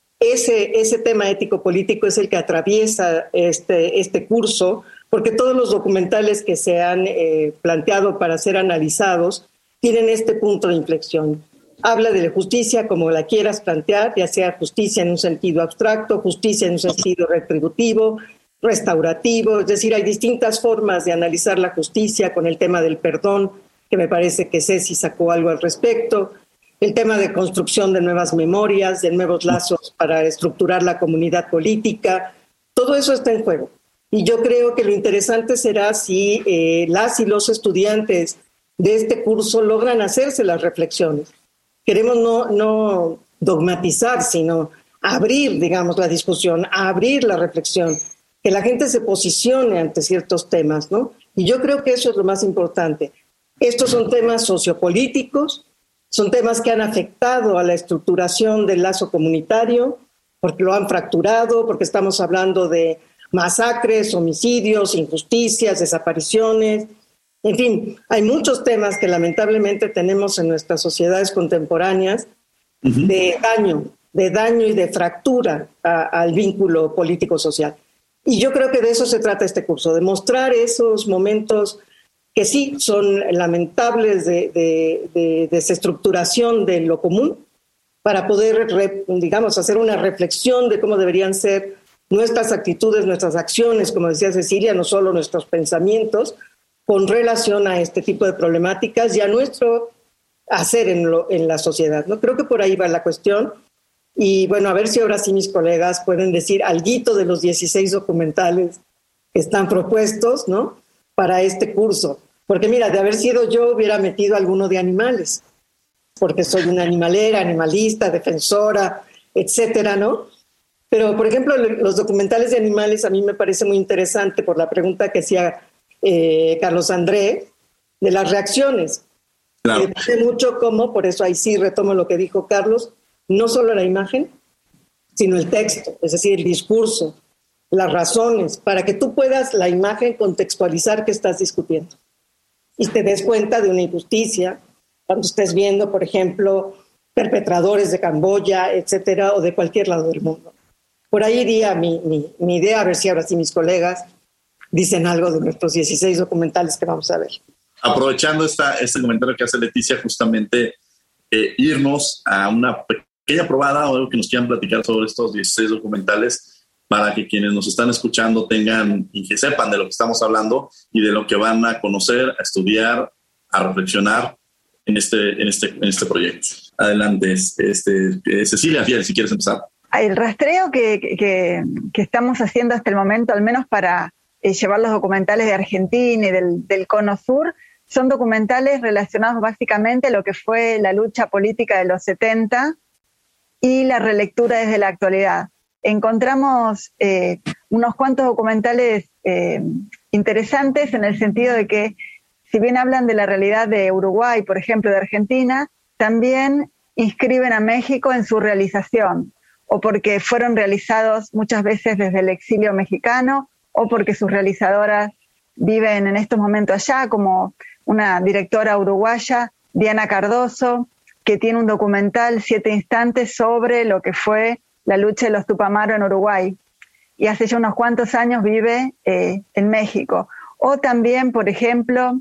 Ese tema ético-político es el que atraviesa este curso, porque todos los documentales que se han planteado para ser analizados tienen este punto de inflexión. Habla de la justicia como la quieras plantear, ya sea justicia en un sentido abstracto, justicia en un sentido retributivo, restaurativo, es decir, hay distintas formas de analizar la justicia, con el tema del perdón, que me parece que Ceci sacó algo al respecto, el tema de construcción de nuevas memorias, de nuevos lazos para estructurar la comunidad política, todo eso está en juego. Y yo creo que lo interesante será si las y los estudiantes de este curso logran hacerse las reflexiones. Queremos no dogmatizar, sino abrir, digamos, la discusión, abrir la reflexión, que la gente se posicione ante ciertos temas, ¿no? Y yo creo que eso es lo más importante. Estos son temas sociopolíticos, son temas que han afectado a la estructuración del lazo comunitario, porque lo han fracturado, porque estamos hablando de masacres, homicidios, injusticias, desapariciones. En fin, hay muchos temas que lamentablemente tenemos en nuestras sociedades contemporáneas de daño y de fractura al vínculo político-social. Y yo creo que de eso se trata este curso, de mostrar esos momentos que sí son lamentables de desestructuración de lo común, para poder, digamos, hacer una reflexión de cómo deberían ser nuestras actitudes, nuestras acciones, como decía Cecilia, no solo nuestros pensamientos, con relación a este tipo de problemáticas y a nuestro hacer en la sociedad, ¿no? Creo que por ahí va la cuestión. Y bueno, a ver si ahora sí mis colegas pueden decir alguito de los 16 documentales que están propuestos, ¿no?, para este curso. Porque mira, de haber sido yo hubiera metido alguno de animales, porque soy una animalera, animalista, defensora, etcétera, ¿no? Pero, por ejemplo, los documentales de animales a mí me parece muy interesante por la pregunta que hacía Carlos André, de las reacciones.
Claro.
Me parece mucho cómo, por eso ahí sí retomo lo que dijo Carlos, no solo la imagen, sino el texto, es decir, el discurso, las razones, para que tú puedas la imagen contextualizar qué estás discutiendo y te des cuenta de una injusticia cuando estés viendo, por ejemplo, perpetradores de Camboya, etcétera, o de cualquier lado del mundo. Por ahí iría mi idea, a ver si ahora sí mis colegas dicen algo de nuestros 16 documentales que vamos a ver.
Aprovechando este comentario que hace Leticia, justamente irnos a una pequeña probada o algo que nos quieran platicar sobre estos 16 documentales para que quienes nos están escuchando tengan y que sepan de lo que estamos hablando y de lo que van a conocer, a estudiar, a reflexionar en este proyecto. Adelante, Cecilia Fiel, si quieres empezar.
El rastreo que estamos haciendo hasta el momento, al menos para llevar los documentales de Argentina y del Cono Sur, son documentales relacionados básicamente a lo que fue la lucha política de los 70 y la relectura desde la actualidad. Encontramos unos cuantos documentales interesantes en el sentido de que, si bien hablan de la realidad de Uruguay, por ejemplo, de Argentina, también inscriben a México en su realización, o porque fueron realizados muchas veces desde el exilio mexicano, o porque sus realizadoras viven en estos momentos allá, como una directora uruguaya, Diana Cardoso, que tiene un documental 7 instantes sobre lo que fue la lucha de los Tupamaros en Uruguay, y hace ya unos cuantos años vive en México. O también, por ejemplo,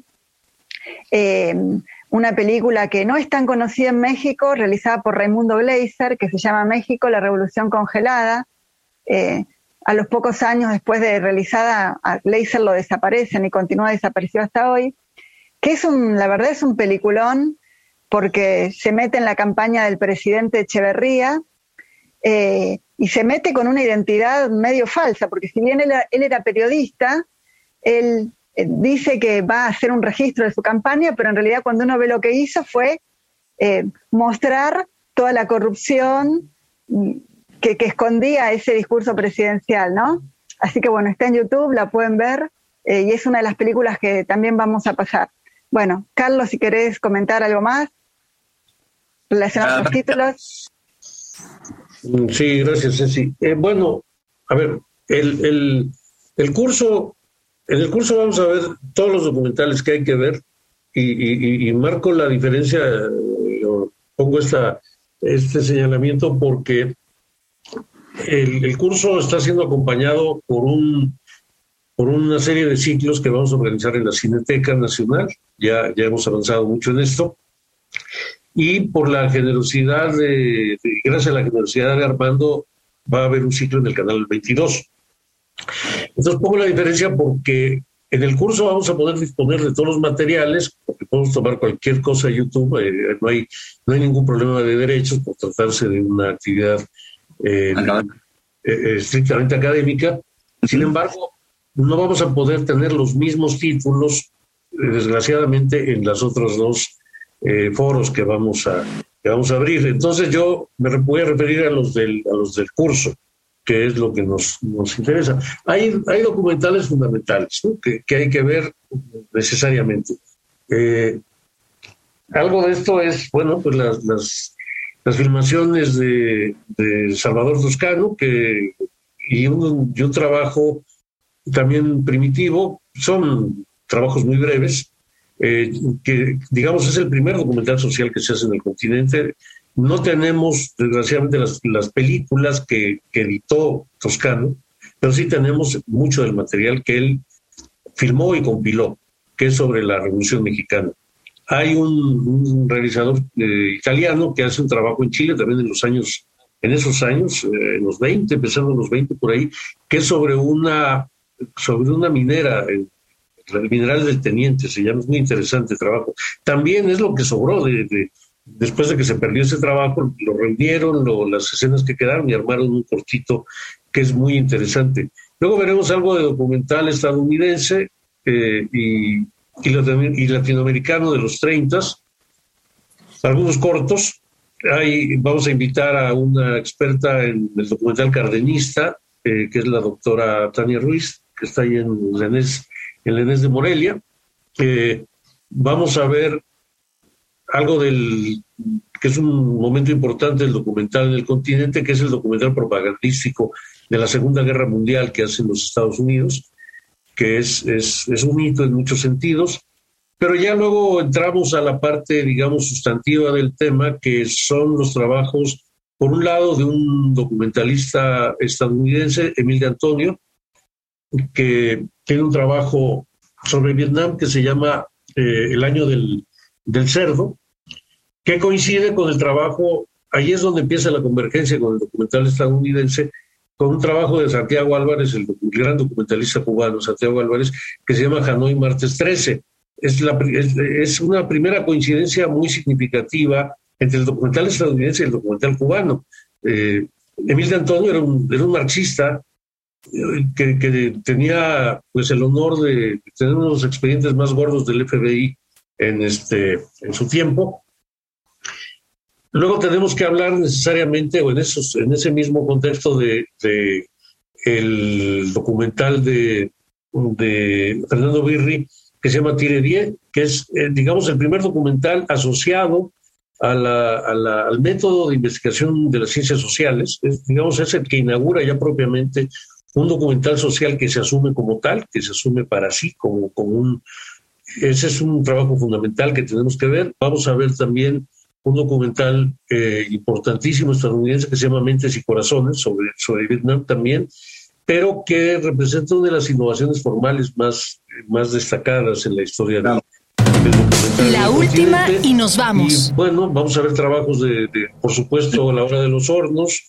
una película que no es tan conocida en México, realizada por Raimundo Gleiser, que se llama México, la Revolución Congelada. A los pocos años después de realizada, a Gleiser lo desaparecen y continúa desaparecido hasta hoy, que la verdad es un peliculón, porque se mete en la campaña del presidente Echeverría y se mete con una identidad medio falsa, porque si bien él era periodista, él dice que va a hacer un registro de su campaña, pero en realidad cuando uno ve lo que hizo fue mostrar toda la corrupción que escondía ese discurso presidencial, ¿no? Así que bueno, está en YouTube, la pueden ver, y es una de las películas que también vamos a pasar. Bueno, Carlos, si querés comentar algo más relacionado a los títulos.
Sí, gracias, Ceci. Bueno, a ver, en el curso vamos a ver todos los documentales que hay que ver y marco la diferencia, pongo este señalamiento porque el curso está siendo acompañado por una serie de ciclos que vamos a organizar en la Cineteca Nacional. Ya hemos avanzado mucho en esto. Y por la generosidad gracias a la generosidad de Armando, va a haber un ciclo en el canal 22. Entonces pongo la diferencia porque en el curso vamos a poder disponer de todos los materiales, porque podemos tomar cualquier cosa de YouTube, no hay ningún problema de derechos por tratarse de una actividad estrictamente académica. Sin embargo, no vamos a poder tener los mismos títulos, desgraciadamente, en las otras dos foros que vamos a vamos a abrir. Entonces yo me voy a referir a los del curso, que es lo que nos interesa. Hay documentales fundamentales, ¿no? que hay que ver necesariamente. Algo de esto es, bueno, pues las filmaciones de Salvador Toscano, y un trabajo también primitivo. Son trabajos muy breves, que digamos es el primer documental social que se hace en el continente. No tenemos, desgraciadamente, las películas que editó Toscano, pero sí tenemos mucho del material que él filmó y compiló, que es sobre la Revolución Mexicana. Hay un realizador italiano que hace un trabajo en Chile también en esos años, en los 20, empezando en los 20 por ahí, que es sobre una minera, el mineral del Teniente, se llama. Es muy interesante el trabajo. También es lo que sobró después de que se perdió ese trabajo, lo reunieron, las escenas que quedaron y armaron un cortito que es muy interesante. Luego veremos algo de documental estadounidense y latinoamericano de los 30, algunos cortos. Vamos a invitar a una experta en el documental cardenista, que es la doctora Tania Ruiz, que está ahí en la ENES de Morelia. Vamos a ver algo que es un momento importante del documental en el continente, que es el documental propagandístico de la Segunda Guerra Mundial que hacen los Estados Unidos, que es un hito en muchos sentidos. Pero ya luego entramos a la parte, digamos, sustantiva del tema, que son los trabajos, por un lado, de un documentalista estadounidense, Emil de Antonio, que tiene un trabajo sobre Vietnam que se llama El año del cerdo, que coincide con el trabajo, ahí es donde empieza la convergencia con el documental estadounidense, con un trabajo de Santiago Álvarez, el gran documentalista cubano, Santiago Álvarez, que se llama Hanoi Martes 13. Es una primera coincidencia muy significativa entre el documental estadounidense y el documental cubano. Emil de Antonio era un marxista que tenía pues el honor de tener uno de los expedientes más gordos del FBI en su tiempo. Luego tenemos que hablar necesariamente, o en ese mismo contexto, de el documental de Fernando Birri, que se llama Tire 10, que es, digamos, el primer documental asociado al método de investigación de las ciencias sociales. Es el que inaugura ya propiamente un documental social que se asume como tal, que se asume para sí como ese es un trabajo fundamental que tenemos que ver. Vamos a ver también un documental importantísimo estadounidense que se llama Mentes y Corazones, sobre Vietnam también, pero que representa una de las innovaciones formales más destacadas en la historia del documental.
La última y nos vamos.
Y bueno, vamos a ver trabajos por supuesto, La Hora de los Hornos.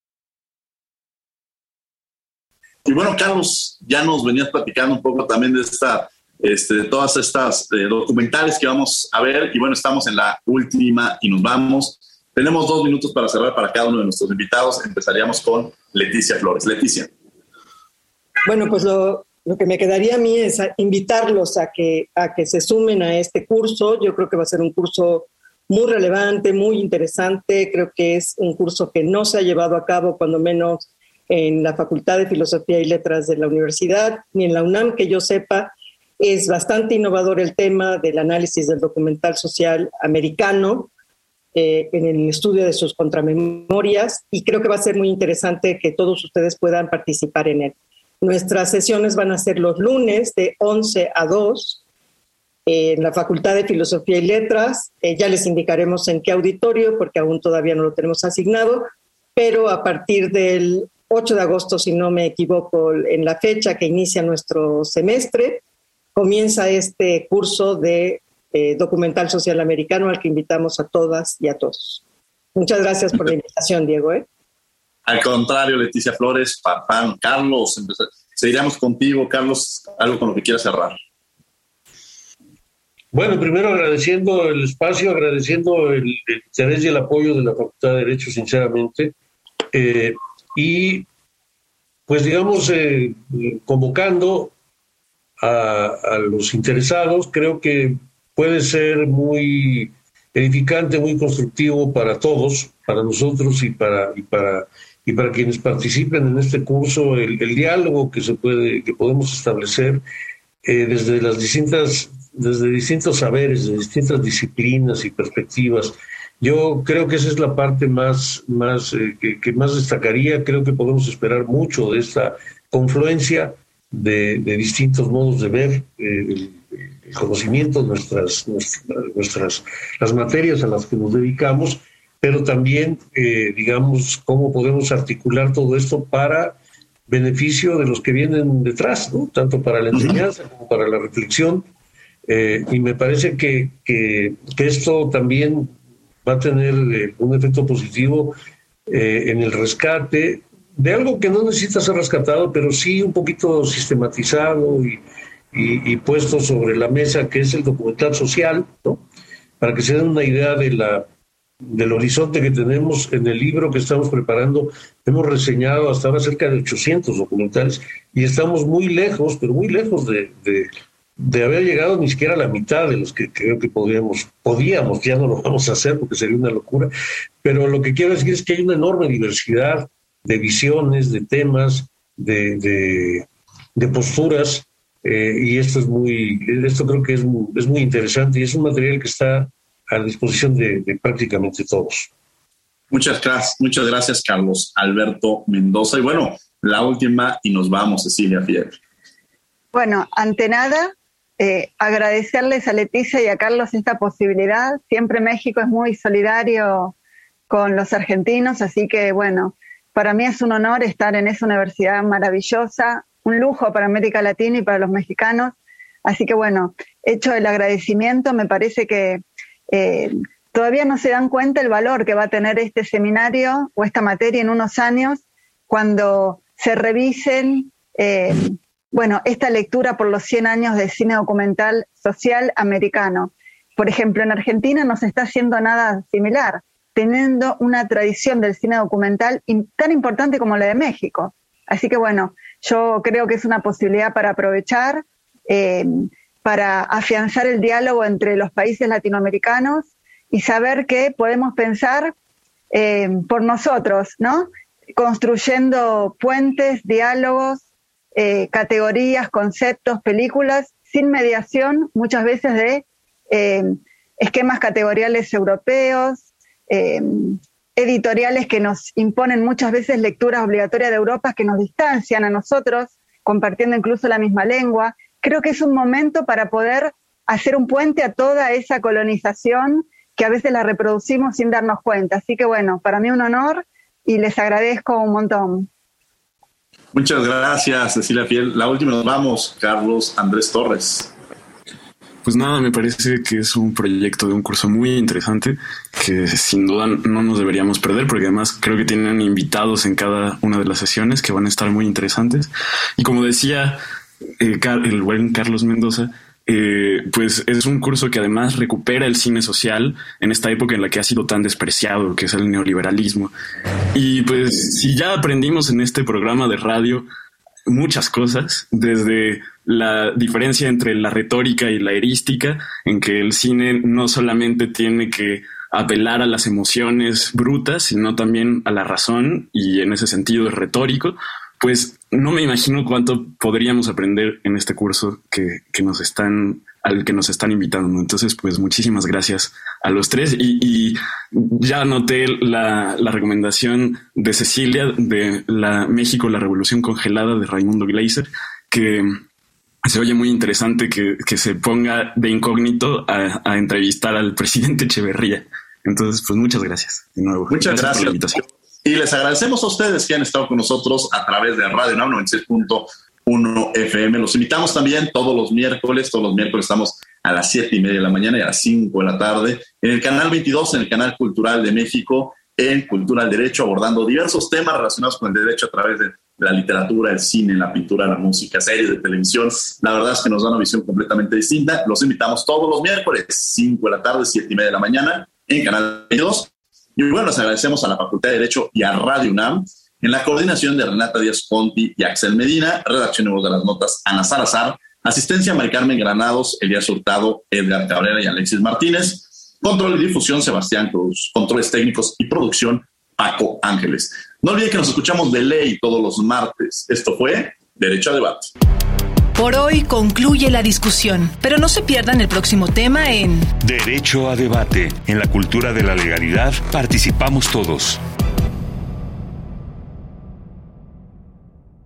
Y bueno, Carlos, ya nos venías platicando un poco también de todas estas documentales que vamos a ver. Y bueno, estamos en la última y nos vamos. Tenemos 2 minutos para cerrar para cada uno de nuestros invitados. Empezaríamos con Leticia Flores. Leticia.
Bueno, pues lo que me quedaría a mí es invitarlos a que se sumen a este curso. Yo creo que va a ser un curso muy relevante, muy interesante. Creo que es un curso que no se ha llevado a cabo, cuando menos en la Facultad de Filosofía y Letras de la universidad, ni en la UNAM, que yo sepa. Es bastante innovador el tema del análisis del documental social americano en el estudio de sus contramemorias, y creo que va a ser muy interesante que todos ustedes puedan participar en él. Nuestras sesiones van a ser los lunes de 11 a 2 en la Facultad de Filosofía y Letras. Ya les indicaremos en qué auditorio, porque aún todavía no lo tenemos asignado, pero a partir del 8 de agosto, si no me equivoco, en la fecha que inicia nuestro semestre, comienza este curso de documental social americano al que invitamos a todas y a todos. Muchas gracias por la invitación, Diego.
Al contrario, Leticia Flores, Farfán, Carlos, seguiremos contigo. Carlos, algo con lo que quieras cerrar.
Bueno, primero agradeciendo el espacio, agradeciendo el interés y el apoyo de la Facultad de Derecho, sinceramente, y pues digamos convocando a los interesados. Creo que puede ser muy edificante, muy constructivo para todos, para nosotros y para quienes participen en este curso, el diálogo que podemos establecer desde distintos saberes, de distintas disciplinas y perspectivas. Yo creo que esa es la parte que más destacaría. Creo que podemos esperar mucho de esta confluencia de distintos modos de ver el conocimiento, las materias a las que nos dedicamos, pero también, digamos, cómo podemos articular todo esto para beneficio de los que vienen detrás, ¿no? Tanto para la enseñanza como para la reflexión. Y me parece que esto también va a tener un efecto positivo en el rescate de algo que no necesita ser rescatado, pero sí un poquito sistematizado y puesto sobre la mesa, que es el documental social, ¿no? Para que se den una idea del horizonte que tenemos. En el libro que estamos preparando hemos reseñado hasta ahora cerca de 800 documentales y estamos muy lejos, pero muy lejos de haber llegado ni siquiera a la mitad de los que creo que podíamos, ya no lo vamos a hacer porque sería una locura, pero lo que quiero decir es que hay una enorme diversidad de visiones, de temas, de posturas, y esto creo que es muy interesante y es un material que está a disposición de prácticamente todos.
Muchas gracias, Carlos Alberto Mendoza. Y bueno, la última y nos vamos, Cecilia Fiel.
Bueno, ante nada, agradecerles a Leticia y a Carlos esta posibilidad. Siempre México es muy solidario con los argentinos, así que bueno, para mí es un honor estar en esa universidad maravillosa, un lujo para América Latina y para los mexicanos. Así que bueno, hecho el agradecimiento, me parece que todavía no se dan cuenta el valor que va a tener este seminario o esta materia en unos años cuando se revisen esta lectura por los 100 años de cine documental social americano. Por ejemplo, en Argentina no se está haciendo nada similar, teniendo una tradición del cine documental tan importante como la de México. Así que bueno, yo creo que es una posibilidad para aprovechar, para afianzar el diálogo entre los países latinoamericanos y saber que podemos pensar por nosotros, ¿no? Construyendo puentes, diálogos, categorías, conceptos, películas, sin mediación muchas veces de esquemas categoriales europeos, editoriales que nos imponen muchas veces lecturas obligatorias de Europa que nos distancian a nosotros, compartiendo incluso la misma lengua. Creo que es un momento para poder hacer un puente a toda esa colonización que a veces la reproducimos sin darnos cuenta. Así que bueno, para mí un honor y les agradezco un montón.
Muchas gracias, Cecilia Fiel. La última nos vamos, Carlos Andrés Torres.
Pues nada, me parece que es un proyecto de un curso muy interesante que sin duda no nos deberíamos perder porque además creo que tienen invitados en cada una de las sesiones que van a estar muy interesantes. Y como decía el buen Carlos Mendoza, pues es un curso que además recupera el cine social en esta época en la que ha sido tan despreciado, que es el neoliberalismo. Y pues si ya aprendimos en este programa de radio muchas cosas, desde la diferencia entre la retórica y la erística, en que el cine no solamente tiene que apelar a las emociones brutas, sino también a la razón, y en ese sentido es retórico, pues no me imagino cuánto podríamos aprender en este curso al que nos están invitando. Entonces, pues muchísimas gracias a los tres. Y ya anoté la recomendación de Cecilia de México, la Revolución Congelada de Raimundo Gleiser, que se oye muy interesante que se ponga de incógnito a entrevistar al presidente Echeverría. Entonces, pues muchas gracias de nuevo.
Muchas gracias
por la invitación.
Y les agradecemos a ustedes que han estado con nosotros a través de Radio UNAM 96.1 FM. Los invitamos también todos los miércoles estamos a las 7:30 de la mañana y a las 5 de la tarde en el canal 22, en el canal Cultural de México, en Cultura al Derecho, abordando diversos temas relacionados con el derecho a través de la literatura, el cine, la pintura, la música, series de televisión. La verdad es que nos da una visión completamente distinta. Los invitamos todos los miércoles, 5 de la tarde, 7:30 de la mañana, en canal 22. Y bueno, les agradecemos a la Facultad de Derecho y a Radio UNAM, en la coordinación de Renata Díaz Ponti y Axel Medina, redacción y voz de las notas Ana Salazar, asistencia Mari Carmen Granados, Elías Hurtado, Edgar Cabrera y Alexis Martínez. Control y difusión, Sebastián Cruz. Controles técnicos y producción, Paco Ángeles. No olvide que nos escuchamos de ley todos los martes. Esto fue Derecho a Debate.
Por hoy concluye la discusión, pero no se pierdan el próximo tema en
Derecho a Debate. En la cultura de la legalidad participamos todos.